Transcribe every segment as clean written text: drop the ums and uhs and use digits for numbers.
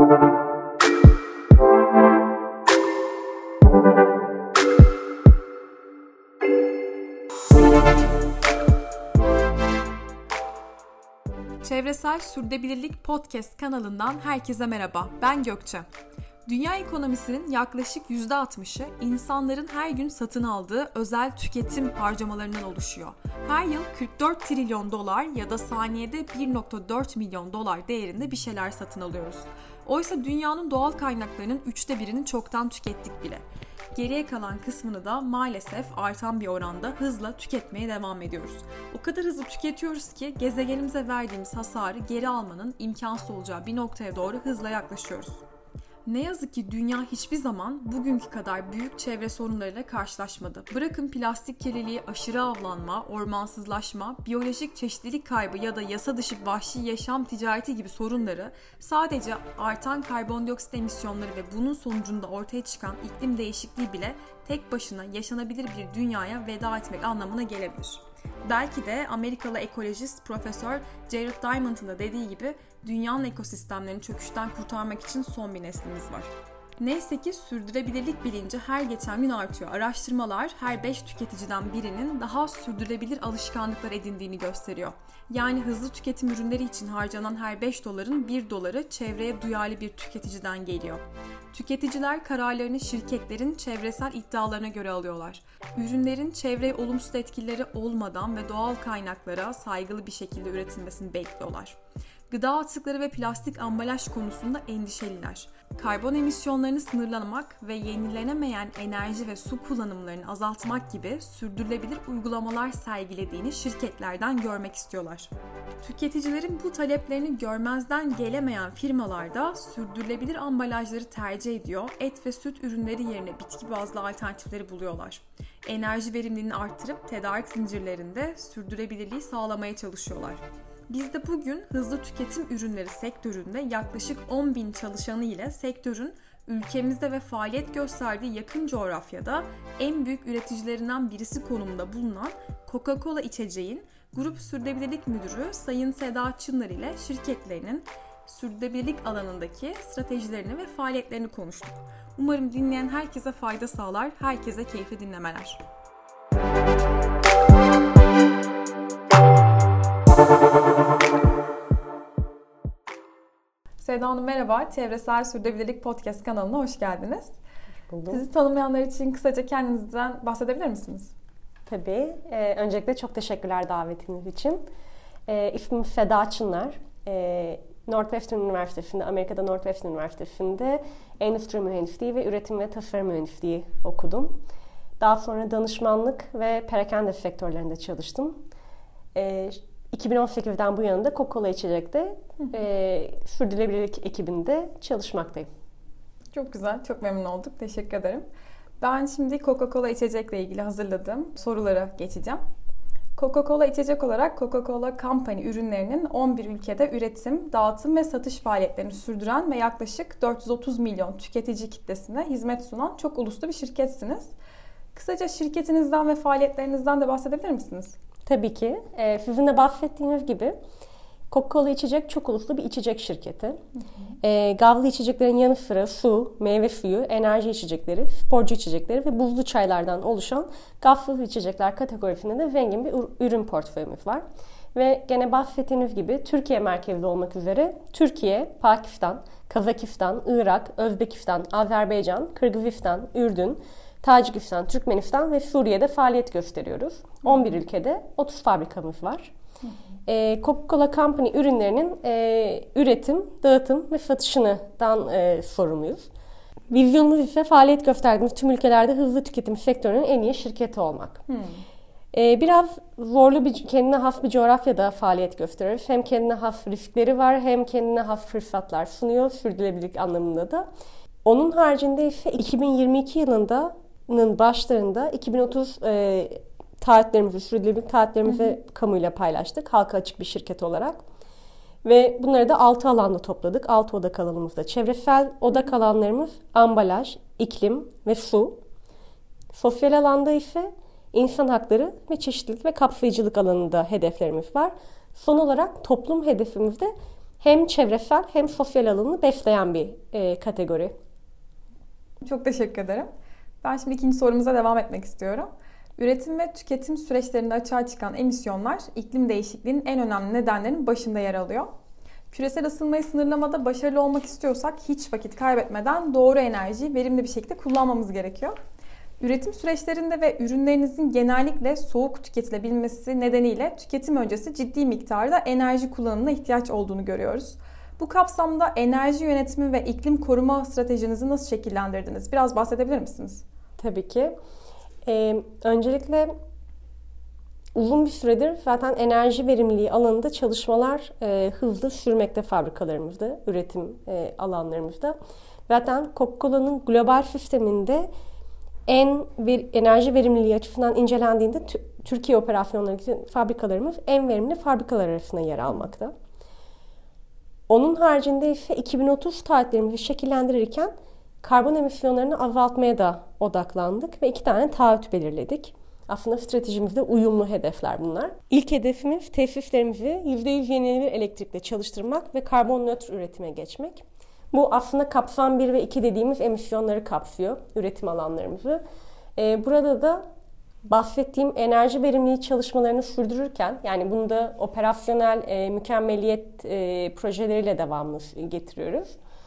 Çevresel Sürdürülebilirlik Podcast kanalından herkese merhaba. Ben Gökçe. Dünya ekonomisinin yaklaşık %60'ı insanların her gün satın aldığı özel tüketim harcamalarından oluşuyor. Her yıl 44 trilyon dolar ya da saniyede 1,4 milyon dolar değerinde bir şeyler satın alıyoruz. Oysa dünyanın doğal kaynaklarının 1/3'ünü çoktan tükettik bile. Geriye kalan kısmını da maalesef artan bir oranda hızla tüketmeye devam ediyoruz. O kadar hızlı tüketiyoruz ki gezegenimize verdiğimiz hasarı geri almanın imkansız olacağı bir noktaya doğru hızla yaklaşıyoruz. Ne yazık ki dünya hiçbir zaman bugünkü kadar büyük çevre sorunlarıyla karşılaşmadı. Bırakın plastik kirliliği, aşırı avlanma, ormansızlaşma, biyolojik çeşitlilik kaybı ya da yasa dışı vahşi yaşam ticareti gibi sorunları, sadece artan karbondioksit emisyonları ve bunun sonucunda ortaya çıkan iklim değişikliği bile tek başına yaşanabilir bir dünyaya veda etmek anlamına gelebilir. Belki de Amerikalı ekolojist Profesör Jared Diamond'ın da dediği gibi dünyanın ekosistemlerini çöküşten kurtarmak için son bir neslimiz var. Neyse ki sürdürülebilirlik bilinci her geçen gün artıyor. Araştırmalar her 5 tüketiciden birinin daha sürdürülebilir alışkanlıklar edindiğini gösteriyor. Yani hızlı tüketim ürünleri için harcanan her 5 doların 1 doları çevreye duyarlı bir tüketiciden geliyor. Tüketiciler kararlarını şirketlerin çevresel iddialarına göre alıyorlar. Ürünlerin çevreye olumsuz etkileri olmadan ve doğal kaynaklara saygılı bir şekilde üretilmesini bekliyorlar. Gıda atıkları ve plastik ambalaj konusunda endişeliler. Karbon emisyonlarını sınırlamak ve yenilenemeyen enerji ve su kullanımlarını azaltmak gibi sürdürülebilir uygulamalar sergilediğini şirketlerden görmek istiyorlar. Tüketicilerin bu taleplerini görmezden gelemeyen firmalar da sürdürülebilir ambalajları tercih ediyor, et ve süt ürünleri yerine bitki bazlı alternatifleri buluyorlar. Enerji verimliliğini arttırıp tedarik zincirlerinde sürdürülebilirliği sağlamaya çalışıyorlar. Biz de bugün hızlı tüketim ürünleri sektöründe yaklaşık 10.000 çalışanı ile sektörün ülkemizde ve faaliyet gösterdiği yakın coğrafyada en büyük üreticilerinden birisi konumunda bulunan Coca-Cola içeceğin Grup Sürdürülebilirlik Müdürü Sayın Seda Çınar ile şirketlerinin sürdürülebilirlik alanındaki stratejilerini ve faaliyetlerini konuştuk. Umarım dinleyen herkese fayda sağlar, herkese keyifli dinlemeler. Seda Hanım merhaba, Çevresel Sürdürülebilirlik Podcast kanalına hoş geldiniz. Buldum. Sizi tanımayanlar için kısaca kendinizden bahsedebilir misiniz? Tabii. Öncelikle çok teşekkürler davetiniz için. İsmim Seda Çınar. Northwestern Üniversitesi'nde, Amerika'da Northwestern Üniversitesi'nde endüstri mühendisliği ve üretim ve tasarım mühendisliği okudum. Daha sonra danışmanlık ve perakende sektörlerinde çalıştım. 2018'den bu yana da Coca-Cola içecekte sürdürülebilirlik ekibinde çalışmaktayım. Çok güzel, çok memnun olduk. Teşekkür ederim. Ben şimdi Coca-Cola içecekle ilgili hazırladığım sorulara geçeceğim. Coca-Cola içecek olarak Coca-Cola Company ürünlerinin 11 ülkede üretim, dağıtım ve satış faaliyetlerini sürdüren ve yaklaşık 430 milyon tüketici kitlesine hizmet sunan çok uluslu bir şirketsiniz. Kısaca şirketinizden ve faaliyetlerinizden de bahsedebilir misiniz? Tabii ki. Sizin de bahsettiğiniz gibi Coca-Cola içecek çok uluslu bir içecek şirketi. Gazlı içeceklerin yanı sıra su, meyve suyu, enerji içecekleri, sporcu içecekleri ve buzlu çaylardan oluşan gazsız içecekler kategorisinde de zengin bir ürün portföyümüz var. Ve gene bahsettiğiniz gibi Türkiye merkezli olmak üzere Türkiye, Pakistan, Kazakistan, Irak, Özbekistan, Azerbaycan, Kırgızistan, Ürdün, Tacikistan, Türkmenistan ve Suriye'de faaliyet gösteriyoruz. 11 ülkede 30 fabrikamız var. Coca-Cola Company ürünlerinin üretim, dağıtım ve satışından sorumluyuz. Vizyonumuz ise faaliyet gösterdiğimiz tüm ülkelerde hızlı tüketim sektörünün en iyi şirketi olmak. Biraz zorlu bir, kendine has bir coğrafyada faaliyet gösteriyoruz. Hem kendine has riskleri var hem kendine has fırsatlar sunuyor sürdürülebilirlik anlamında da. Onun haricinde ise 2022 yılının başlarında 2030 taahhütlerimizi, sürdürülebilirlik taahhütlerimizi kamuyla paylaştık. Halka açık bir şirket olarak. Ve bunları da 6 alanda topladık. 6 odak alanımızda. Çevresel odak alanlarımız ambalaj, iklim ve su. Sosyal alanda ise insan hakları ve çeşitlilik ve kapsayıcılık alanında hedeflerimiz var. Son olarak toplum hedefimizde hem çevresel hem sosyal alanını besleyen bir kategori. Çok teşekkür ederim. Ben şimdi ikinci sorumuza devam etmek istiyorum. Üretim ve tüketim süreçlerinde açığa çıkan emisyonlar iklim değişikliğinin en önemli nedenlerinin başında yer alıyor. Küresel ısınmayı sınırlamada başarılı olmak istiyorsak hiç vakit kaybetmeden doğru enerjiyi verimli bir şekilde kullanmamız gerekiyor. Üretim süreçlerinde ve ürünlerinizin genellikle soğuk tüketilebilmesi nedeniyle tüketim öncesi ciddi miktarda enerji kullanımına ihtiyaç olduğunu görüyoruz. Bu kapsamda enerji yönetimi ve iklim koruma stratejinizi nasıl şekillendirdiniz? Biraz bahsedebilir misiniz? Tabii ki. Öncelikle uzun bir süredir zaten enerji verimliliği alanında çalışmalar hızlı sürmekte fabrikalarımızda, üretim alanlarımızda. Zaten Coca-Cola'nın global sisteminde enerji verimliliği açısından incelendiğinde Türkiye operasyonları fabrikalarımız en verimli fabrikalar arasında yer almakta. Onun haricinde ise 2030 taahhütlerimizi şekillendirirken karbon emisyonlarını azaltmaya da odaklandık ve 2 tane taahhüt belirledik. Aslında stratejimizde uyumlu hedefler bunlar. İlk hedefimiz tesislerimizi %100 yenilenebilir elektrikle çalıştırmak ve karbon nötr üretime geçmek. Bu aslında kapsam 1 ve 2 dediğimiz emisyonları kapsıyor, üretim alanlarımızı. Burada da bahsettiğim enerji verimliliği çalışmalarını sürdürürken, yani bunu da operasyonel mükemmeliyet projeleriyle devamlı getiriyoruz.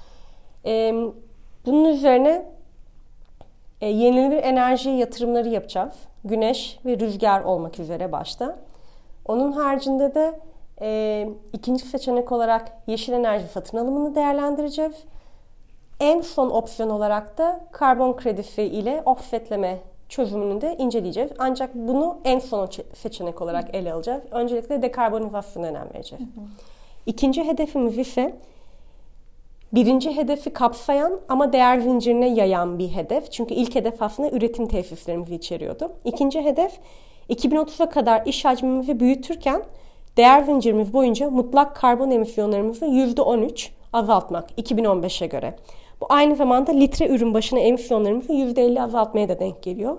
Bunun üzerine yenilenebilir enerji yatırımları yapacağız. Güneş ve rüzgar olmak üzere başta. Onun haricinde de ikinci seçenek olarak yeşil enerji satın alımını değerlendireceğiz. En son opsiyon olarak da karbon kredisi ile offsetleme çözümünü de inceleyeceğiz. Ancak bunu en son seçenek olarak ele alacağız. Öncelikle dekarbonizasyona önem vereceğiz. İkinci hedefimiz ise birinci hedefi kapsayan ama değer zincirine yayan bir hedef. Çünkü ilk hedef aslında üretim tesislerimizi içeriyordu. İkinci hedef 2030'a kadar iş hacmimizi büyütürken değer zincirimiz boyunca mutlak karbon emisyonlarımızı %13 azaltmak 2015'e göre. Bu aynı zamanda litre ürün başına emisyonlarımızı %50 azaltmaya da denk geliyor.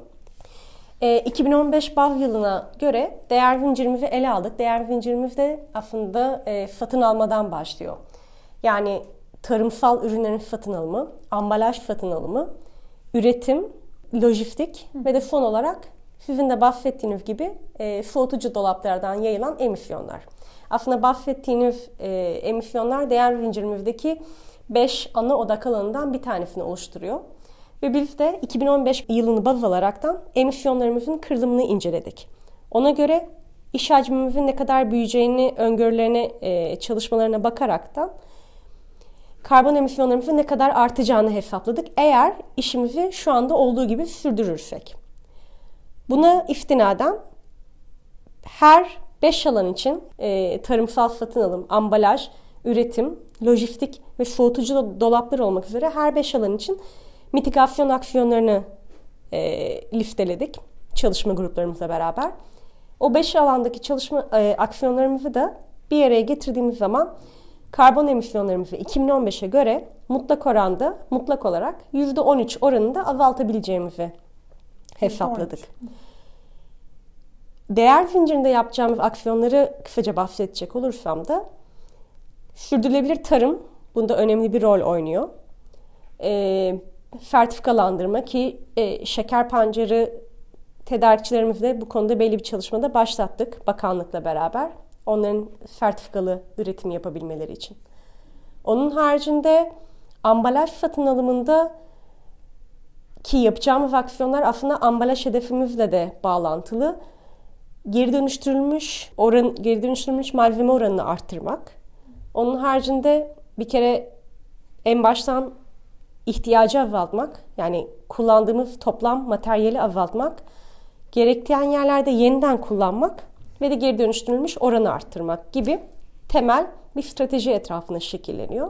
2015 baz yılına göre değer zincirimizi ele aldık. Değer zincirimiz de aslında satın almadan başlıyor. Yani tarımsal ürünlerin satın alımı, ambalaj satın alımı, üretim, lojistik ve de son olarak sizin de bahsettiğiniz gibi soğutucu dolaplardan yayılan emisyonlar. Aslında bahsettiğiniz emisyonlar değer zincirimizdeki 5 ana odak alanından bir tanesini oluşturuyor. Ve biz de 2015 yılını baz alaraktan emisyonlarımızın kırılımını inceledik. Ona göre iş hacmimizin ne kadar büyüyeceğini öngörülerine, çalışmalarına bakaraktan karbon emisyonlarımızın ne kadar artacağını hesapladık. Eğer işimizi şu anda olduğu gibi sürdürürsek. Buna istinaden her 5 alan için tarımsal satın alım, ambalaj, üretim, lojistik ve soğutucu dolaplar olmak üzere her 5 alan için mitigasyon aksiyonlarını listeledik çalışma gruplarımızla beraber. O 5 alandaki çalışma aksiyonlarımızı da bir araya getirdiğimiz zaman karbon emisyonlarımızı 2015'e göre mutlak olarak %13 oranında azaltabileceğimizi hesapladık. Değer zincirinde yapacağımız aksiyonları kısaca bahsedecek olursam da sürdürülebilir tarım bunda önemli bir rol oynuyor. Sertifikalandırma ki şeker pancarı tedarikçilerimizle bu konuda belli bir çalışmada başlattık bakanlıkla beraber. Onların sertifikalı üretim yapabilmeleri için. Onun haricinde ambalaj satın alımında ki yapacağımız aksiyonlar aslında ambalaj hedefimizle de bağlantılı. Geri dönüştürülmüş malzeme oranını arttırmak. Onun haricinde bir kere en baştan ihtiyacı azaltmak, yani kullandığımız toplam materyali azaltmak, gerektiren yerlerde yeniden kullanmak ve de geri dönüştürülmüş oranı arttırmak gibi temel bir strateji etrafında şekilleniyor.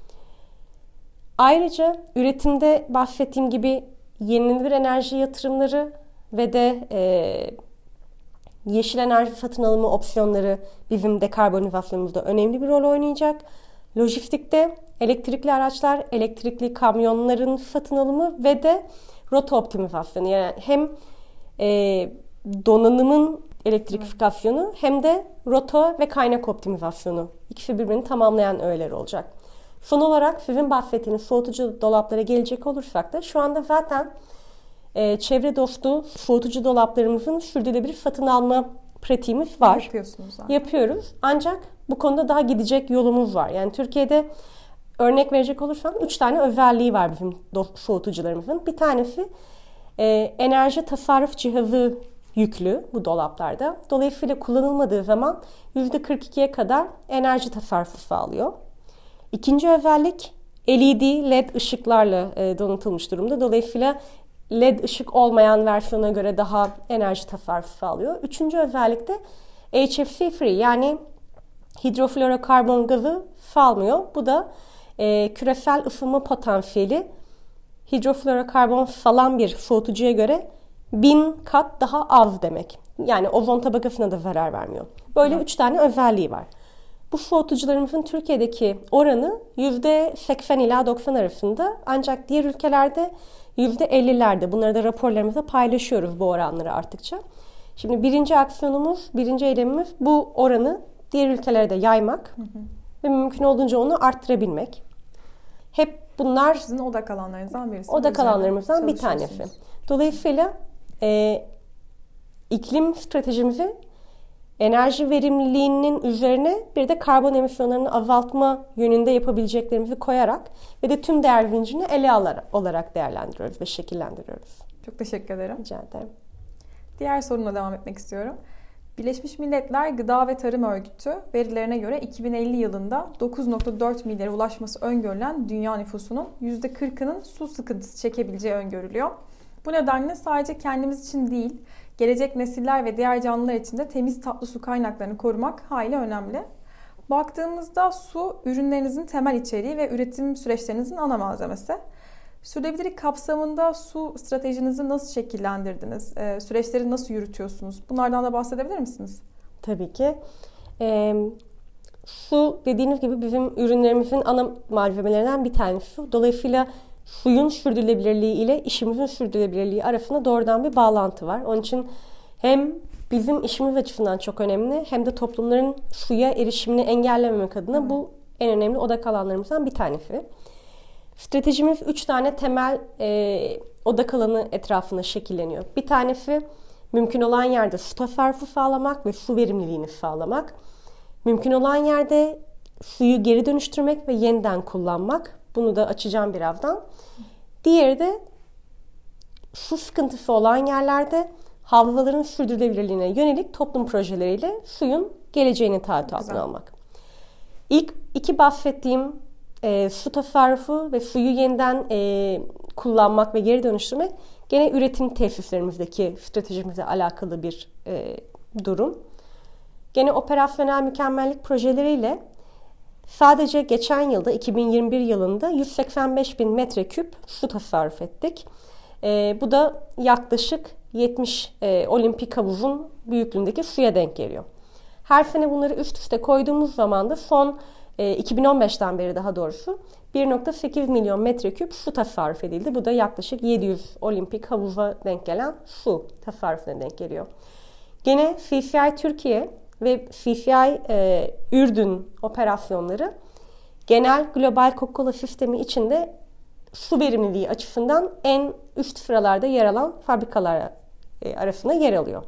Ayrıca üretimde bahsettiğim gibi yenilenebilir enerji yatırımları ve de yeşil enerji satın alımı opsiyonları bizim dekarbonizasyonumuzda önemli bir rol oynayacak. Lojistikte elektrikli araçlar, elektrikli kamyonların satın alımı ve de rota optimizasyonu. Yani hem donanımın elektrifikasyonu hem de rota ve kaynak optimizasyonu. İkisi birbirini tamamlayan öğeler olacak. Son olarak sizin bahsettiğiniz soğutucu dolaplara gelecek olursak da şu anda zaten çevre dostu soğutucu dolaplarımızın sürdürülebilir satın alma pratiğimiz var. Yapıyorsunuz zaten. Yapıyoruz. Ancak bu konuda daha gidecek yolumuz var. Yani Türkiye'de örnek verecek olursam 3 tane özelliği var bizim soğutucularımızın. Bir tanesi enerji tasarruf cihazı yüklü bu dolaplarda. Dolayısıyla kullanılmadığı zaman %42'ye kadar enerji tasarrufu sağlıyor. İkinci özellik LED, LED ışıklarla donatılmış durumda. Dolayısıyla LED ışık olmayan versiyona göre daha enerji tasarrufu sağlıyor. Üçüncü özellik de HFC free, yani hidroflorokarbon gazı salmıyor. Bu da küresel ısınma potansiyeli hidroflorokarbon salan bir soğutucuya göre 1000 kat daha az demek. Yani ozon tabakasına da zarar vermiyor. Böyle 3 tane özelliği var. Bu soğutucularımızın Türkiye'deki oranı %80 ila 90 arasında. Ancak diğer ülkelerde %50'lerde. Bunları da raporlarımızda paylaşıyoruz bu oranları arttıkça. Şimdi birinci aksiyonumuz, birinci eylemimiz bu oranı diğer ülkelere de yaymak ve mümkün olduğunca onu arttırabilmek. Hep bunlar sizin odak alanlarınızdan birisi. Odak alanlarımızdan bir tanesi. Dolayısıyla iklim stratejimizi enerji verimliliğinin üzerine bir de karbon emisyonlarını azaltma yönünde yapabileceklerimizi koyarak ve de tüm değer bilincini ele alarak değerlendiriyoruz ve şekillendiriyoruz. Çok teşekkür ederim. Rica ederim. Diğer sorumla devam etmek istiyorum. Birleşmiş Milletler Gıda ve Tarım Örgütü verilerine göre 2050 yılında 9.4 milyara ulaşması öngörülen dünya nüfusunun %40'ının su sıkıntısı çekebileceği öngörülüyor. Bu nedenle sadece kendimiz için değil, gelecek nesiller ve diğer canlılar için de temiz tatlı su kaynaklarını korumak hayli önemli. Baktığımızda su, ürünlerinizin temel içeriği ve üretim süreçlerinizin ana malzemesi. Sürdürülebilirlik kapsamında su stratejinizi nasıl şekillendirdiniz? Süreçleri nasıl yürütüyorsunuz? Bunlardan da bahsedebilir misiniz? Tabii ki. Su dediğiniz gibi bizim ürünlerimizin ana malzemelerinden bir tanesi su. Dolayısıyla suyun sürdürülebilirliği ile işimizin sürdürülebilirliği arasında doğrudan bir bağlantı var. Onun için hem bizim işimiz açısından çok önemli hem de toplumların suya erişimini engellememek adına bu en önemli odak alanlarımızdan bir tanesi. Stratejimiz 3 tane temel odak alanı etrafında şekilleniyor. Bir tanesi mümkün olan yerde su tasarrufu sağlamak ve su verimliliğini sağlamak. Mümkün olan yerde suyu geri dönüştürmek ve yeniden kullanmak. Bunu da açacağım birazdan. Diğeri de su sıkıntısı olan yerlerde havzaların sürdürülebilirliğine yönelik toplum projeleriyle suyun geleceğini taahhüt altına almak. İlk iki bahsettiğim su tasarrufu ve suyu yeniden kullanmak ve geri dönüştürmek gene üretim tesislerimizdeki stratejimizle alakalı bir durum. Gene operasyonel mükemmellik projeleriyle sadece geçen yılda 2021 yılında 185 bin metreküp su tasarruf ettik. Bu da yaklaşık 70 olimpik havuzun büyüklüğündeki suya denk geliyor. Her sene bunları üst üste koyduğumuz zaman da son 2015'ten beri daha doğrusu 1.8 milyon metreküp su tasarruf edildi. Bu da yaklaşık 700 olimpik havuza denk gelen su tasarrufuna denk geliyor. Gene CCI Türkiye ve CCI Ürdün operasyonları genel global Coca-Cola sistemi içinde su verimliliği açısından en üst sıralarda yer alan fabrikalar arasında yer alıyor.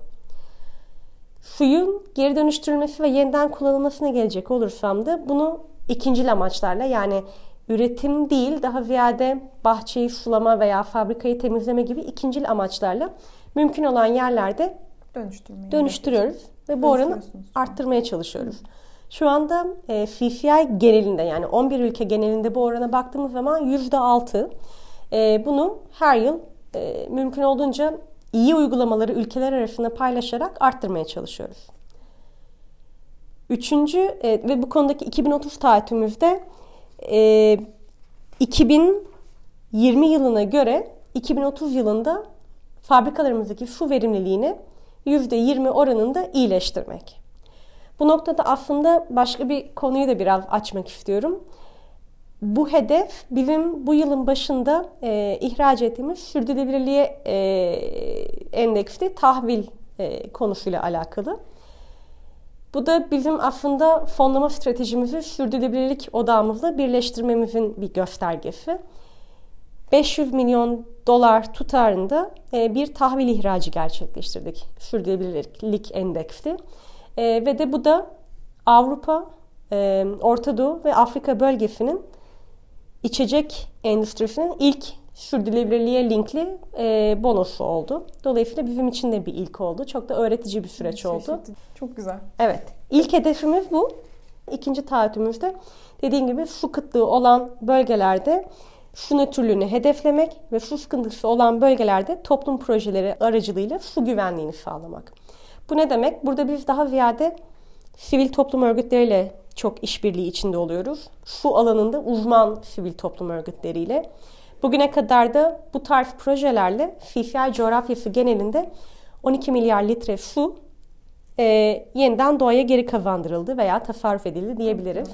Suyun geri dönüştürülmesi ve yeniden kullanılmasına gelecek olursam da bunu ikincil amaçlarla, yani üretim değil daha ziyade bahçeyi sulama veya fabrikayı temizleme gibi ikincil amaçlarla mümkün olan yerlerde dönüştürüyoruz ve bu oranı arttırmaya çalışıyoruz. Şu anda CCI genelinde, yani 11 ülke genelinde bu orana baktığımız zaman %6. Bunu her yıl mümkün olduğunca iyi uygulamaları ülkeler arasında paylaşarak arttırmaya çalışıyoruz. Üçüncü ve bu konudaki 2030 taahhütümüzde 2020 yılına göre 2030 yılında fabrikalarımızdaki su verimliliğini %20 oranında iyileştirmek. Bu noktada aslında başka bir konuyu da biraz açmak istiyorum. Bu hedef bizim bu yılın başında ihraç ettiğimiz sürdürülebilirliğe endeksli tahvil konusuyla alakalı. Bu da bizim aslında fonlama stratejimizi sürdürülebilirlik odağımızla birleştirmemizin bir göstergesi. 500 milyon dolar tutarında bir tahvil ihracı gerçekleştirdik sürdürülebilirlik endeksli. Ve de bu da Avrupa, Orta Doğu ve Afrika bölgesinin içecek endüstrisinin ilk sürdürülebilirliğe linkli bonosu oldu. Dolayısıyla bizim için de bir ilk oldu. Çok da öğretici bir süreç oldu. Çok güzel. Evet. İlk hedefimiz bu. İkinci taahhütümüzde dediğim gibi su kıtlığı olan bölgelerde su nötrlüğünü hedeflemek ve su sıkıntısı olan bölgelerde toplum projeleri aracılığıyla su güvenliğini sağlamak. Bu ne demek? Burada biz daha ziyade sivil toplum örgütleriyle çok işbirliği içinde oluyoruz. Su alanında uzman sivil toplum örgütleriyle. Bugüne kadar da bu tarz projelerle CCI coğrafyası genelinde 12 milyar litre su yeniden doğaya geri kazandırıldı veya tasarruf edildi diyebiliriz.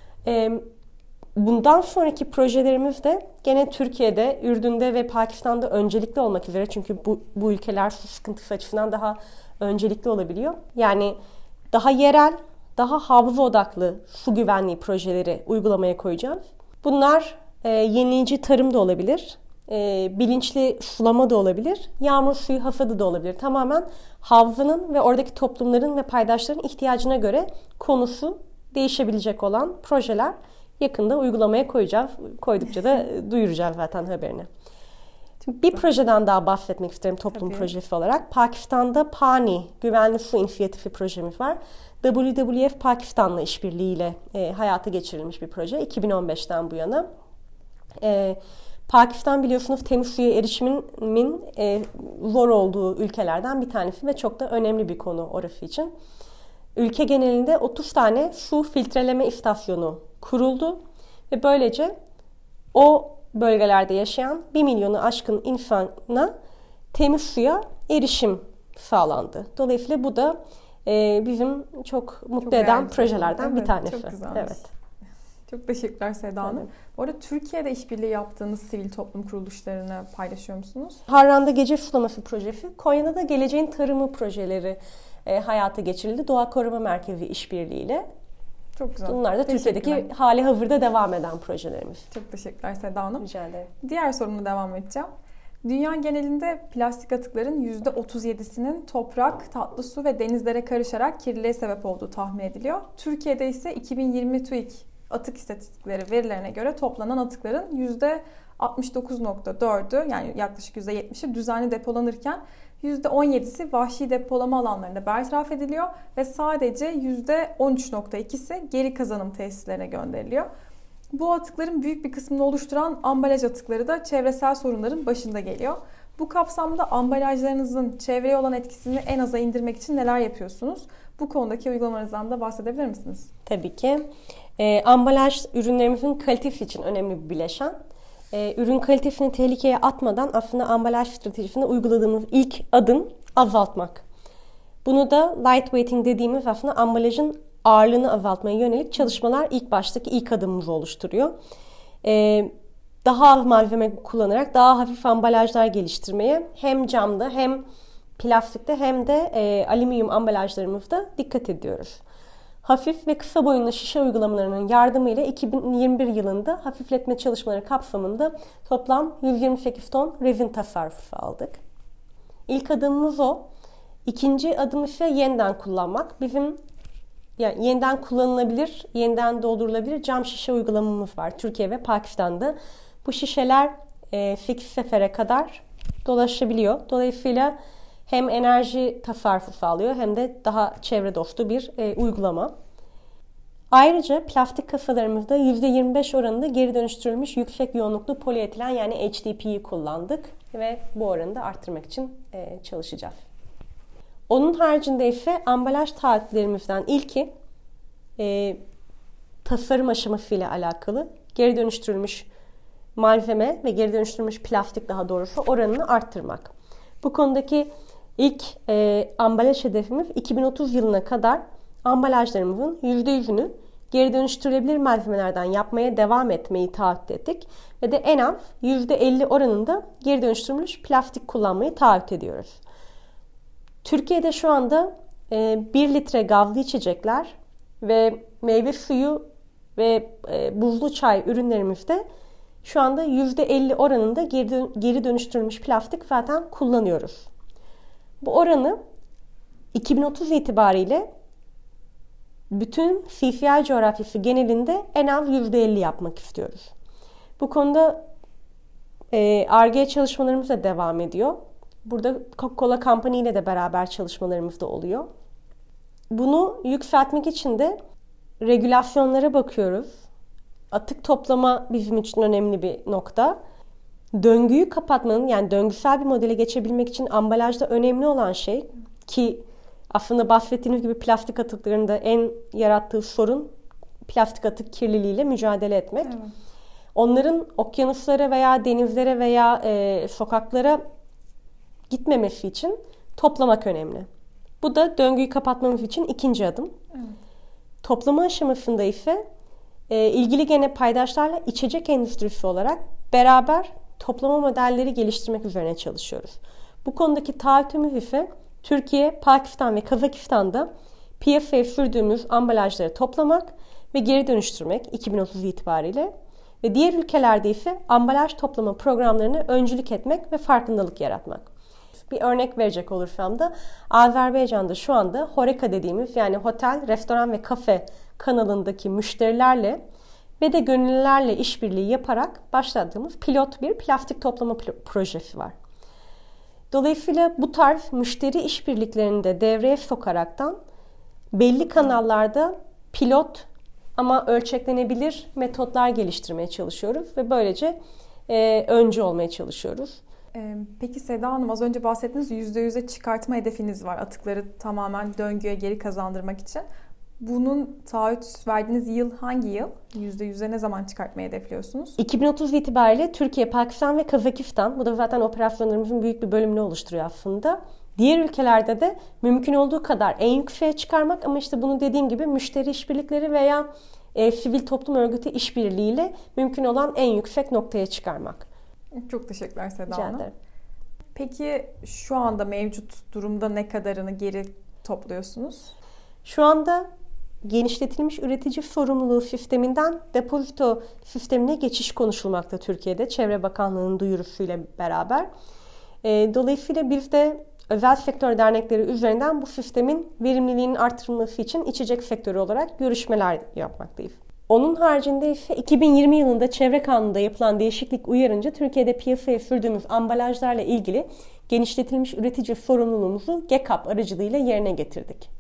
Bundan sonraki projelerimiz de gene Türkiye'de, Ürdün'de ve Pakistan'da öncelikli olmak üzere. Çünkü bu ülkeler su sıkıntısı açısından daha öncelikli olabiliyor. Yani daha yerel, daha havza odaklı su güvenliği projeleri uygulamaya koyacağız. Bunlar yenileyici tarım da olabilir, bilinçli sulama da olabilir, yağmur suyu hasadı da olabilir. Tamamen havzanın ve oradaki toplumların ve paydaşların ihtiyacına göre konusu değişebilecek olan projeler yakında uygulamaya koyacağız. Koydukça da duyuracağız zaten haberini. Şimdi bir projeden daha bahsetmek isterim toplum projesi olarak. Pakistan'da PANI, Güvenli Su İnisiyatifi projemiz var. WWF Pakistan'la işbirliğiyle hayata geçirilmiş bir proje 2015'ten bu yana. Pakistan biliyorsunuz temiz suya erişimin zor olduğu ülkelerden bir tanesi ve çok da önemli bir konu orası için. Ülke genelinde 30 tane su filtreleme istasyonu kuruldu ve böylece o bölgelerde yaşayan 1 milyonu aşkın insana temiz suya erişim sağlandı. Dolayısıyla bu da bizim çok mutlu eden projelerden bir tanesi. Çok güzelmiş. Evet. Çok teşekkürler Seda Hanım. Bu arada Türkiye'de işbirliği yaptığınız sivil toplum kuruluşlarını paylaşıyor musunuz? Harran'da Gece Sulaması projesi, Konya'da da Geleceğin Tarımı projeleri hayata geçirildi. Doğa Koruma Merkezi işbirliğiyle. Çok güzel. Bunlar da Türkiye'deki hali hazırda devam eden projelerimiz. Çok teşekkürler Seda Hanım. Rica ederim. Diğer sorumla devam edeceğim. Dünya genelinde plastik atıkların %37'sinin toprak, tatlı su ve denizlere karışarak kirliliğe sebep olduğu tahmin ediliyor. Türkiye'de ise 2020 TÜİK atık istatistikleri verilerine göre toplanan atıkların %69.4'ü yani yaklaşık %70'i düzenli depolanırken %17'si vahşi depolama alanlarında bertaraf ediliyor ve sadece %13.2'si geri kazanım tesislerine gönderiliyor. Bu atıkların büyük bir kısmını oluşturan ambalaj atıkları da çevresel sorunların başında geliyor. Bu kapsamda ambalajlarınızın çevreye olan etkisini en aza indirmek için neler yapıyorsunuz? Bu konudaki uygulamalarınızdan da bahsedebilir misiniz? Tabii ki. Ambalaj ürünlerimizin kalitesi için önemli bir bileşen. Ürün kalitesini tehlikeye atmadan aslında ambalaj stratejisinde uyguladığımız ilk adım azaltmak. Bunu da lightweighting dediğimiz aslında ambalajın ağırlığını azaltmaya yönelik çalışmalar ilk adımımızı oluşturuyor. Daha az malzeme kullanarak daha hafif ambalajlar geliştirmeye hem camda hem plastikte hem de alüminyum ambalajlarımızda dikkat ediyoruz. Hafif ve kısa boyunlu şişe uygulamalarının yardımıyla 2021 yılında hafifletme çalışmaları kapsamında toplam 128 ton rezin tasarrufu sağladık. İlk adımımız o. İkinci adım ise yeniden kullanmak. Bizim yeniden kullanılabilir, yeniden doldurulabilir cam şişe uygulamamız var Türkiye ve Pakistan'da. Bu şişeler 8 sefere kadar dolaşabiliyor. Dolayısıyla hem enerji tasarrufu sağlıyor hem de daha çevre dostu bir uygulama. Ayrıca plastik kasalarımızda %25 oranında geri dönüştürülmüş yüksek yoğunluklu polietilen yani HDPE'yi kullandık ve bu oranı da arttırmak için çalışacağız. Onun haricinde ise ambalaj taahhütlerimizden ilki tasarım aşamasıyla alakalı geri dönüştürülmüş malzeme ve geri dönüştürülmüş plastik daha doğrusu oranını arttırmak. Bu konudaki ilk ambalaj hedefimiz 2030 yılına kadar ambalajlarımızın %100'ünü geri dönüştürülebilir malzemelerden yapmaya devam etmeyi taahhüt ettik. Ve de en az %50 oranında geri dönüştürülmüş plastik kullanmayı taahhüt ediyoruz. Türkiye'de şu anda 1 litre gazlı içecekler ve meyve suyu ve buzlu çay ürünlerimizde şu anda %50 oranında geri dönüştürülmüş plastik zaten kullanıyoruz. Bu oranı 2030 itibariyle bütün CCI coğrafyası genelinde en az %50 yapmak istiyoruz. Bu konuda Ar-Ge çalışmalarımız da devam ediyor. Burada Coca-Cola Company ile de beraber çalışmalarımız da oluyor. Bunu yükseltmek için de regülasyonlara bakıyoruz. Atık toplama bizim için önemli bir nokta. Döngüyü kapatmanın, yani döngüsel bir modele geçebilmek için ambalajda önemli olan şey, ki aslında bahsettiğiniz gibi plastik atıklarında en yarattığı sorun plastik atık kirliliğiyle mücadele etmek. Evet. Onların okyanuslara veya denizlere veya sokaklara gitmemesi için toplamak önemli. Bu da döngüyü kapatmamız için ikinci adım. Evet. Toplama aşamasında ise ilgili gene paydaşlarla içecek endüstrisi olarak beraber toplama modelleri geliştirmek üzerine çalışıyoruz. Bu konudaki taahhütümüz ise Türkiye, Pakistan ve Kazakistan'da piyasaya sürdüğümüz ambalajları toplamak ve geri dönüştürmek 2030 itibariyle ve diğer ülkelerde ise ambalaj toplama programlarını öncülük etmek ve farkındalık yaratmak. Bir örnek verecek olursam da Azerbaycan'da şu anda Horeca dediğimiz, yani otel, restoran ve kafe kanalındaki müşterilerle ve de gönüllülerle işbirliği yaparak başlattığımız pilot bir plastik toplama projesi var. Dolayısıyla bu tarz müşteri işbirliklerini de devreye sokaraktan belli kanallarda pilot ama ölçeklenebilir metotlar geliştirmeye çalışıyoruz ve böylece öncü olmaya çalışıyoruz. Peki Seda Hanım, az önce bahsettiğiniz %100'e çıkartma hedefiniz var. Atıkları tamamen döngüye geri kazandırmak için. Bunun taahhüt verdiğiniz yıl hangi yıl? %100'e ne zaman çıkartmayı hedefliyorsunuz? 2030 itibariyle Türkiye, Pakistan ve Kazakistan, bu da zaten operasyonlarımızın büyük bir bölümünü oluşturuyor aslında. Diğer ülkelerde de mümkün olduğu kadar en yükseğe çıkarmak, ama işte bunu dediğim gibi müşteri işbirlikleri veya sivil toplum örgütü işbirliğiyle mümkün olan en yüksek noktaya çıkarmak. Çok teşekkürler Seda Hanım. Peki şu anda mevcut durumda ne kadarını geri topluyorsunuz? Şu anda genişletilmiş üretici sorumluluğu sisteminden depozito sistemine geçiş konuşulmakta Türkiye'de, Çevre Bakanlığı'nın duyurusuyla beraber. Dolayısıyla biz de özel sektör dernekleri üzerinden bu sistemin verimliliğinin artırılması için içecek sektörü olarak görüşmeler yapmaktayız. Onun haricinde ise 2020 yılında Çevre Kanunu'nda yapılan değişiklik uyarınca Türkiye'de piyasaya sürdüğümüz ambalajlarla ilgili genişletilmiş üretici sorumluluğumuzu GECAP aracılığıyla yerine getirdik.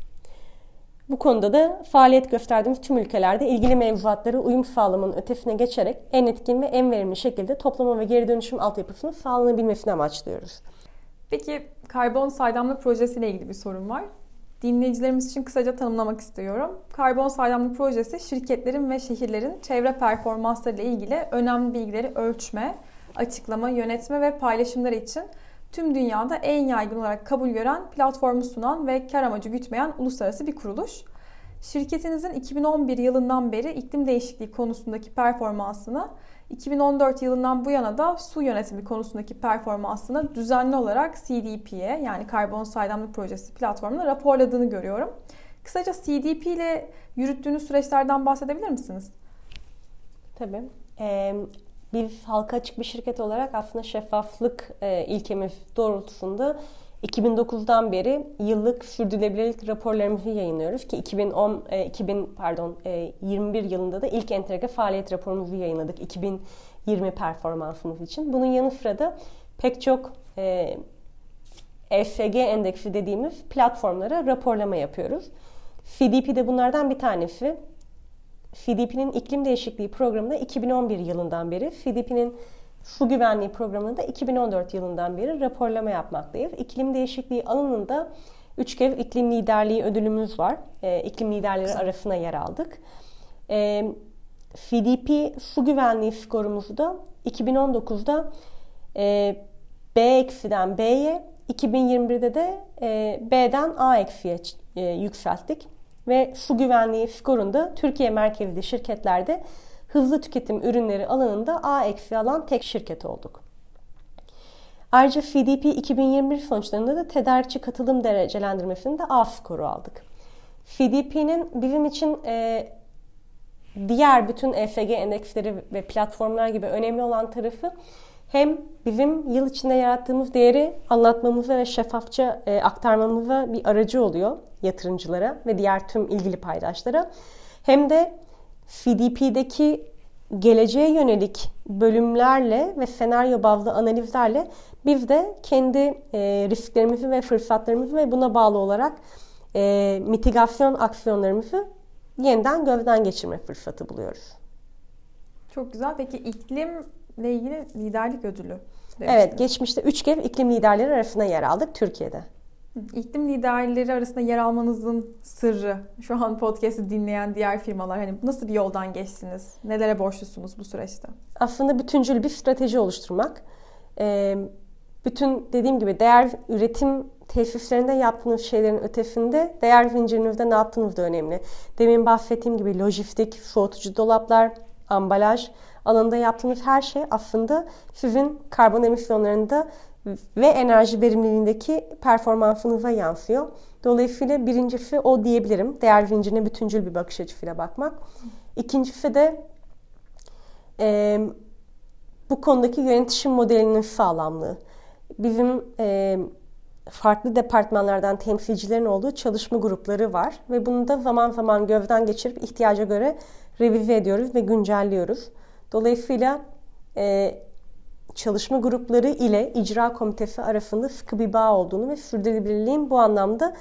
Bu konuda da faaliyet gösterdiğimiz tüm ülkelerde ilgili mevzuatlara uyum sağlamanın ötesine geçerek en etkin ve en verimli şekilde toplama ve geri dönüşüm altyapısının sağlanabilmesini amaçlıyoruz. Peki karbon saydamlık projesiyle ilgili bir sorun var. Dinleyicilerimiz için kısaca tanımlamak istiyorum. Karbon saydamlık projesi, şirketlerin ve şehirlerin çevre performansları ile ilgili önemli bilgileri ölçme, açıklama, yönetme ve paylaşımları için tüm dünyada en yaygın olarak kabul gören platformu sunan ve kar amacı gütmeyen uluslararası bir kuruluş. Şirketinizin 2011 yılından beri iklim değişikliği konusundaki performansını, 2014 yılından bu yana da su yönetimi konusundaki performansını düzenli olarak CDP'ye, yani Karbon Saydamlık Projesi platformuna raporladığını görüyorum. Kısaca CDP ile yürüttüğünüz süreçlerden bahsedebilir misiniz? Tabii. Biz halka açık bir şirket olarak aslında şeffaflık ilkemiz doğrultusunda 2009'dan beri yıllık sürdürülebilirlik raporlarımızı yayınlıyoruz ki 2021 yılında da ilk entegre faaliyet raporumuzu yayınladık 2020 performansımız için. Bunun yanı sıra da pek çok ESG endeksi dediğimiz platformlara raporlama yapıyoruz. CDP de bunlardan bir tanesi. CDP'nin iklim değişikliği programında 2011 yılından beri, CDP'nin su güvenliği programında da 2014 yılından beri raporlama yapmaktayız. İklim değişikliği alanında 3 kez iklim liderliği ödülümüz var. İklim liderleri arasına yer aldık. CDP su güvenliği skorumuzu da 2019'da B-den B'ye, 2021'de de B'den A-'ye yükselttik. Ve su güvenliği skorunda Türkiye merkezli şirketlerde hızlı tüketim ürünleri alanında A- alan tek şirket olduk. Ayrıca FDP 2021 sonuçlarında da tedarikçi katılım derecelendirmesinde A skoru aldık. FDP'nin bizim için diğer bütün ESG endeksleri ve platformlar gibi önemli olan tarafı hem bizim yıl içinde yarattığımız değeri anlatmamıza ve şeffafça aktarmamıza bir aracı oluyor yatırımcılara ve diğer tüm ilgili paydaşlara. Hem de FDP'deki geleceğe yönelik bölümlerle ve senaryo bazlı analizlerle biz de kendi risklerimizi ve fırsatlarımızı ve buna bağlı olarak mitigasyon aksiyonlarımızı yeniden gözden geçirme fırsatı buluyoruz. Çok güzel. Peki iklimle ilgili liderlik ödülü demiştiniz. Evet, geçmişte 3 kez iklim liderleri arasında yer aldık Türkiye'de. İklim liderleri arasında yer almanızın sırrı, şu an podcast'ı dinleyen diğer firmalar, hani nasıl bir yoldan geçtiniz? Nelere borçlusunuz bu süreçte? Aslında bütüncül bir strateji oluşturmak. Bütün dediğim gibi değer üretim tesislerinde yaptığınız şeylerin ötesinde değer zincirinizde ne yaptığınız da önemli. Demin bahsettiğim gibi lojistik, soğutucu dolaplar, ambalaj alanında yaptığınız her şey aslında sizin karbon emisyonlarında ve enerji verimliliğindeki performansınıza yansıyor. Dolayısıyla birincisi o diyebilirim. Değer zincirine bütüncül bir bakış açısıyla bakmak. İkincisi de bu konudaki yönetişim modelinin sağlamlığı. Bizim farklı departmanlardan temsilcilerin olduğu çalışma grupları var ve bunu da zaman zaman gözden geçirip ihtiyaca göre revize ediyoruz ve güncelliyoruz. Dolayısıyla çalışma grupları ile icra komitesi arasında sıkı bir bağ olduğunu ve sürdürülebilirliğin bu anlamda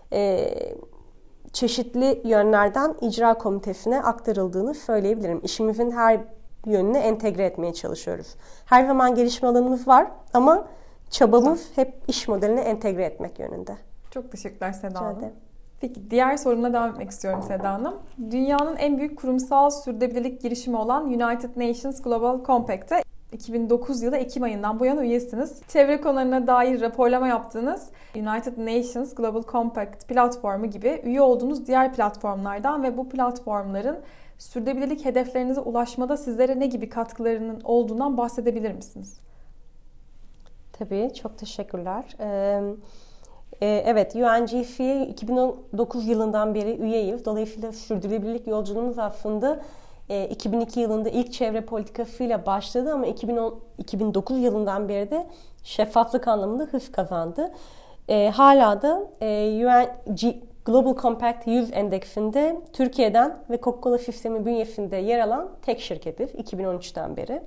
çeşitli yönlerden icra komitesine aktarıldığını söyleyebilirim. İşimizin her yönünü entegre etmeye çalışıyoruz. Her zaman gelişme alanımız var ama çabamız hep iş modeline entegre etmek yönünde. Çok teşekkürler Seda Hanım. Peki diğer sorumla devam etmek istiyorum Seda Hanım. Dünyanın en büyük kurumsal sürdürülebilirlik girişimi olan United Nations Global Compact'e 2009 yılı Ekim ayından bu yana üyesiniz. Çevre konularına dair raporlama yaptığınız United Nations Global Compact platformu gibi üye olduğunuz diğer platformlardan ve bu platformların sürdürülebilirlik hedeflerinize ulaşmada sizlere ne gibi katkılarının olduğundan bahsedebilir misiniz? Tabii, çok teşekkürler. Evet, UNGC'ye 2009 yılından beri üyeyiz. Dolayısıyla sürdürülebilirlik yolculuğumuz aslında 2002 yılında ilk çevre politikasıyla başladı ama 2009 yılından beri de şeffaflık anlamında hız kazandı. Hala da Global Compact 100 endeksinde Türkiye'den ve Coca-Cola sistemi bünyesinde yer alan tek şirketiz 2013'ten beri.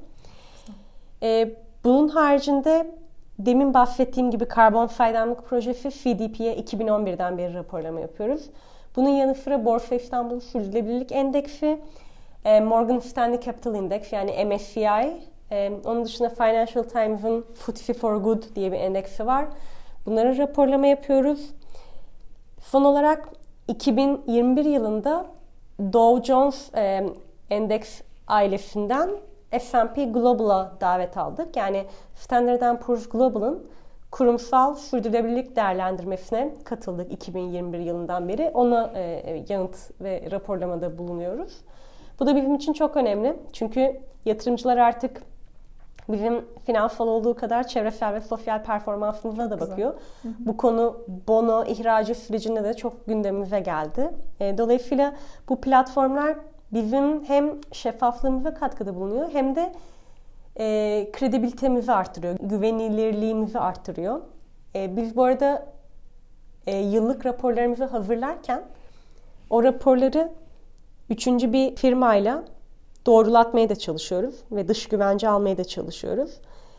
Bunun haricinde demin bahsettiğim gibi karbon saydamlık projesi CDP'ye 2011'den beri raporlama yapıyoruz. Bunun yanı sıra Borsa İstanbul Sürdürülebilirlik Endeksi, Morgan Stanley Capital Index yani MSCI, onun dışında Financial Times'ın FTSE for Good diye bir endeksi var. Bunlara raporlama yapıyoruz. Son olarak 2021 yılında Dow Jones Endeks ailesinden S&P Global'a davet aldık. Yani Standard & Poor's Global'ın kurumsal sürdürülebilirlik değerlendirmesine katıldık 2021 yılından beri. Ona yanıt ve raporlamada bulunuyoruz. Bu da bizim için çok önemli. Çünkü yatırımcılar artık bizim finansal olduğu kadar çevresel ve sosyal performansımıza da bakıyor. Hı hı. Bu konu bono ihracı sürecinde de çok gündemimize geldi. Dolayısıyla bu platformlar bizim hem şeffaflığımıza katkıda bulunuyor hem de kredibilitemizi artırıyor, güvenilirliğimizi artırıyor. Biz bu arada yıllık raporlarımızı hazırlarken o raporları üçüncü bir firmayla doğrulatmaya da çalışıyoruz ve dış güvence almaya da çalışıyoruz.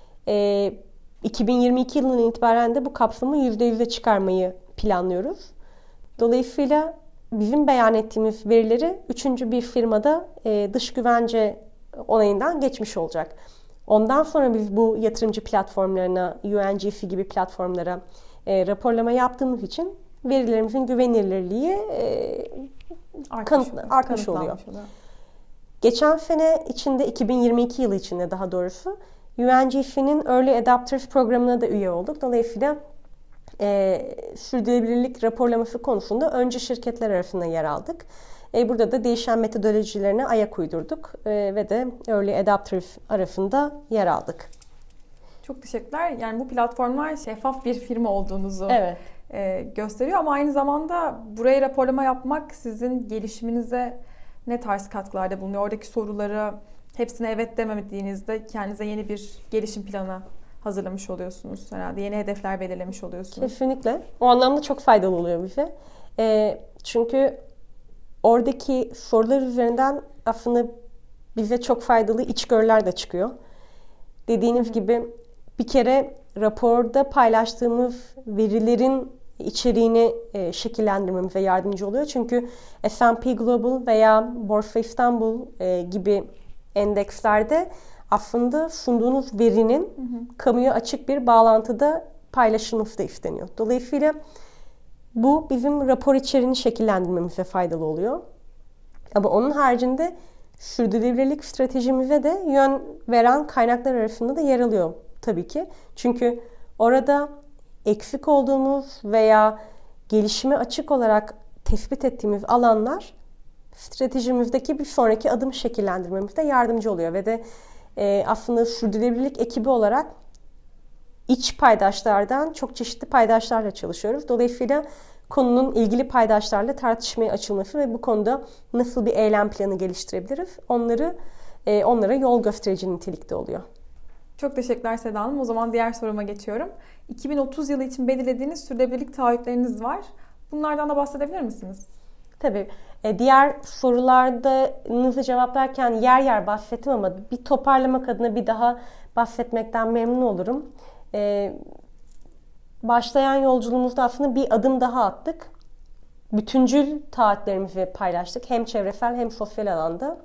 2022 yılından itibaren de bu kapsamı %100'e çıkarmayı planlıyoruz. Dolayısıyla bizim beyan ettiğimiz verileri üçüncü bir firmada dış güvence onayından geçmiş olacak. Ondan sonra biz bu yatırımcı platformlarına, UNGC gibi platformlara raporlama yaptığımız için verilerimizin güvenilirliği artmış oluyor. Geçen sene içinde, 2022 yılı içinde daha doğrusu, UNGC'nin Early Adopters programına da üye olduk. Dolayısıyla sürdürülebilirlik raporlaması konusunda önce şirketler arasında yer aldık. Burada da değişen metodolojilerine ayak uydurduk ve de Early Adopters arasında yer aldık. Çok teşekkürler. Yani bu platformlar şeffaf bir firma olduğunuzu Evet. Gösteriyor ama aynı zamanda buraya raporlama yapmak sizin gelişiminize ne tarz katkılarda bulunuyor? Oradaki soruları hepsine evet demediğinizde kendinize yeni bir gelişim planı hazırlamış oluyorsunuz herhalde. Yeni hedefler belirlemiş oluyorsunuz. Kesinlikle. O anlamda çok faydalı oluyor bize. Çünkü oradaki sorular üzerinden aslında bize çok faydalı içgörüler de çıkıyor. Dediğiniz gibi bir kere raporda paylaştığımız verilerin içeriğini şekillendirmemize yardımcı oluyor. Çünkü S&P Global veya Borsa İstanbul gibi endekslerde aslında sunduğunuz verinin kamuya açık bir bağlantıda paylaşılması da isteniyor. Dolayısıyla bu bizim rapor içeriğini şekillendirmemize faydalı oluyor. Ama onun haricinde sürdürülebilirlik stratejimize de yön veren kaynaklar arasında da yer alıyor tabii ki. Çünkü orada eksik olduğumuz veya gelişime açık olarak tespit ettiğimiz alanlar stratejimizdeki bir sonraki adım şekillendirmemizde yardımcı oluyor. Ve de aslında sürdürülebilirlik ekibi olarak iç paydaşlardan çok çeşitli paydaşlarla çalışıyoruz. Dolayısıyla konunun ilgili paydaşlarla tartışmaya açılması ve bu konuda nasıl bir eylem planı geliştirebiliriz onlara yol gösterici nitelikte oluyor. Çok teşekkürler Seda Hanım. O zaman diğer soruma geçiyorum. 2030 yılı için belirlediğiniz sürdürülebilirlik taahhütleriniz var. Bunlardan da bahsedebilir misiniz? Tabii. Diğer sorularınızı cevaplarken yer yer bahsettim ama bir toparlamak adına bir daha bahsetmekten memnun olurum. Başlayan yolculuğumuzda aslında bir adım daha attık. Bütüncül taahhütlerimizi paylaştık. Hem çevresel hem sosyal alanda.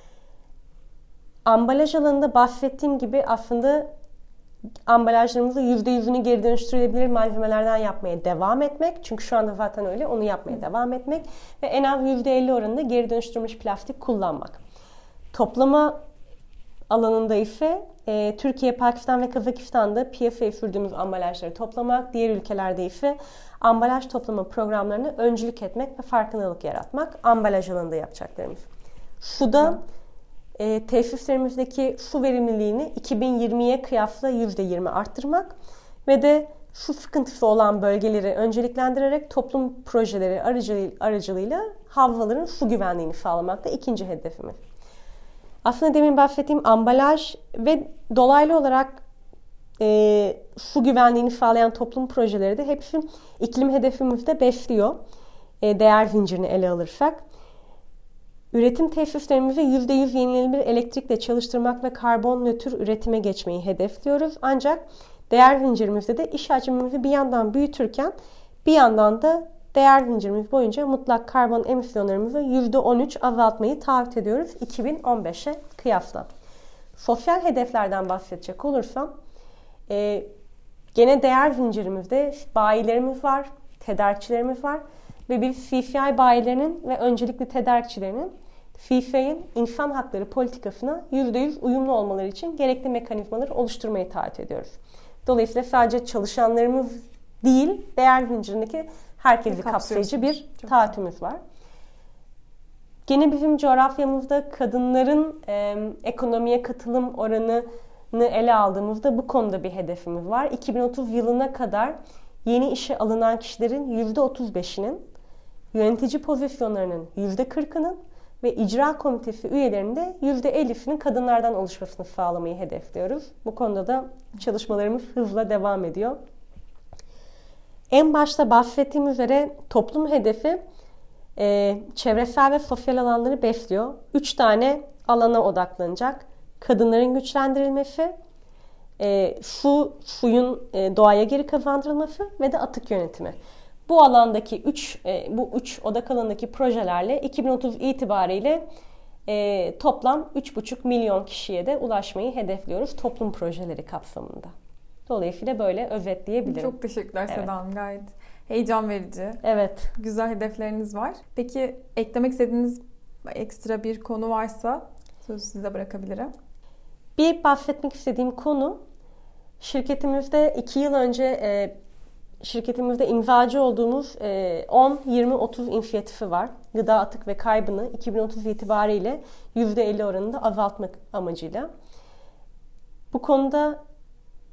Ambalaj alanında bahsettiğim gibi aslında ambalajlarımızı %100'ünü geri dönüştürülebilir malzemelerden yapmaya devam etmek. Çünkü şu anda zaten öyle. Onu yapmaya devam etmek. Ve en az %50 oranında geri dönüştürülmüş plastik kullanmak. Toplama alanında ise Türkiye, Pakistan ve Kazakistan'da piyasaya sürdüğümüz ambalajları toplamak. Diğer ülkelerde ise ambalaj toplama programlarına öncülük etmek ve farkındalık yaratmak. Ambalaj alanında yapacaklarımız. Suda tesislerimizdeki su verimliliğini 2020'ye kıyasla %20 arttırmak ve de su sıkıntısı olan bölgeleri önceliklendirerek toplum projeleri aracılığıyla havzaların su güvenliğini sağlamak da ikinci hedefimiz. Aslında demin bahsettiğim ambalaj ve dolaylı olarak su güvenliğini sağlayan toplum projeleri de hepsi iklim hedefimizde besliyor. Değer zincirini ele alırsak. Üretim tesislerimizi %100 yenilenebilir elektrikle çalıştırmak ve karbon nötr üretime geçmeyi hedefliyoruz. Ancak değer zincirimizde de iş hacmimizi bir yandan büyütürken bir yandan da değer zincirimiz boyunca mutlak karbon emisyonlarımızı %13 azaltmayı taahhüt ediyoruz 2015'e kıyasla. Sosyal hedeflerden bahsedecek olursam gene değer zincirimizde bayilerimiz var, tedarikçilerimiz var. Ve biz CCI bayilerinin ve öncelikli tedarikçilerinin CCI'nin insan hakları politikasına %100 uyumlu olmaları için gerekli mekanizmaları oluşturmayı taahhüt ediyoruz. Dolayısıyla sadece çalışanlarımız değil, değer zincirindeki herkesi kapsayıcı bir taahhütümüz var. Gene bizim coğrafyamızda kadınların ekonomiye katılım oranını ele aldığımızda bu konuda bir hedefimiz var. 2030 yılına kadar yeni işe alınan kişilerin %35'inin, yönetici pozisyonlarının %40'ının ve icra komitesi üyelerinin de %50'sinin kadınlardan oluşmasını sağlamayı hedefliyoruz. Bu konuda da çalışmalarımız hızla devam ediyor. En başta bahsettiğim üzere toplum hedefi çevresel ve sosyal alanları besliyor. 3 tane alana odaklanacak. Kadınların güçlendirilmesi, suyun doğaya geri kazandırılması ve de atık yönetimi. Bu alandaki bu üç odak alanındaki projelerle 2030 itibariyle toplam 3,5 milyon kişiye de ulaşmayı hedefliyoruz toplum projeleri kapsamında. Dolayısıyla böyle özetleyebilirim. Çok teşekkürler Seda Hanım. Gayet heyecan verici. Evet. Güzel hedefleriniz var. Peki eklemek istediğiniz ekstra bir konu varsa sözü size bırakabilirim. Bir bahsetmek istediğim konu, şirketimizde 2 yıl önce şirketimizde imzacı olduğumuz 10-20-30 inisiyatifi var. Gıda atık ve kaybını 2030 itibariyle %50 oranında azaltmak amacıyla. Bu konuda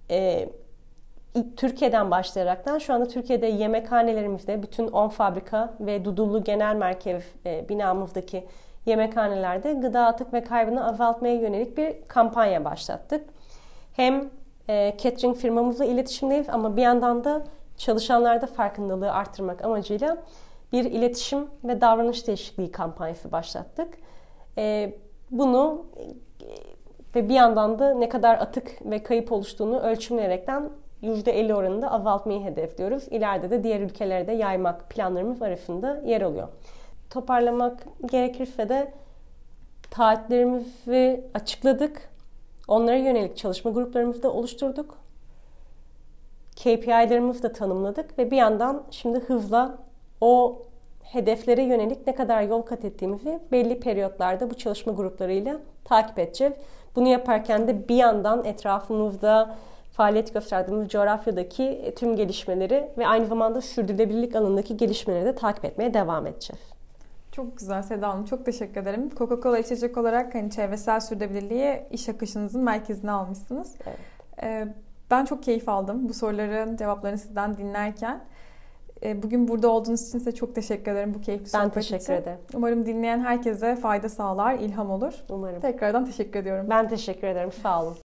Türkiye'den başlayaraktan şu anda Türkiye'de yemekhanelerimizde bütün 10 fabrika ve Dudullu Genel Merkez binamızdaki yemekhanelerde gıda atık ve kaybını azaltmaya yönelik bir kampanya başlattık. Hem catering firmamızla iletişimdeyiz ama bir yandan da çalışanlarda farkındalığı arttırmak amacıyla bir iletişim ve davranış değişikliği kampanyası başlattık. Bunu ve bir yandan da ne kadar atık ve kayıp oluştuğunu ölçümleyerekten %50 oranında azaltmayı hedefliyoruz. İleride de diğer ülkelere de yaymak planlarımız arasında yer alıyor. Toparlamak gerekirse de taahhütlerimizi açıkladık. Onlara yönelik çalışma gruplarımızı da oluşturduk. KPI'lerimizi de tanımladık ve bir yandan şimdi hızla o hedeflere yönelik ne kadar yol kat ettiğimizi belli periyotlarda bu çalışma gruplarıyla takip edeceğiz. Bunu yaparken de bir yandan etrafımızda faaliyet gösterdiğimiz coğrafyadaki tüm gelişmeleri ve aynı zamanda sürdürülebilirlik alanındaki gelişmeleri de takip etmeye devam edeceğiz. Çok güzel Seda Hanım. Çok teşekkür ederim. Coca-Cola içecek olarak çevresel sürdürülebilirliği iş akışınızın merkezine almışsınız. Evet. Ben çok keyif aldım bu soruların cevaplarını sizden dinlerken. Bugün burada olduğunuz için size çok teşekkür ederim bu keyifli sohbet için. Ben teşekkür ederim. Umarım dinleyen herkese fayda sağlar, ilham olur. Umarım. Tekrardan teşekkür ediyorum. Ben teşekkür ederim. Sağ olun.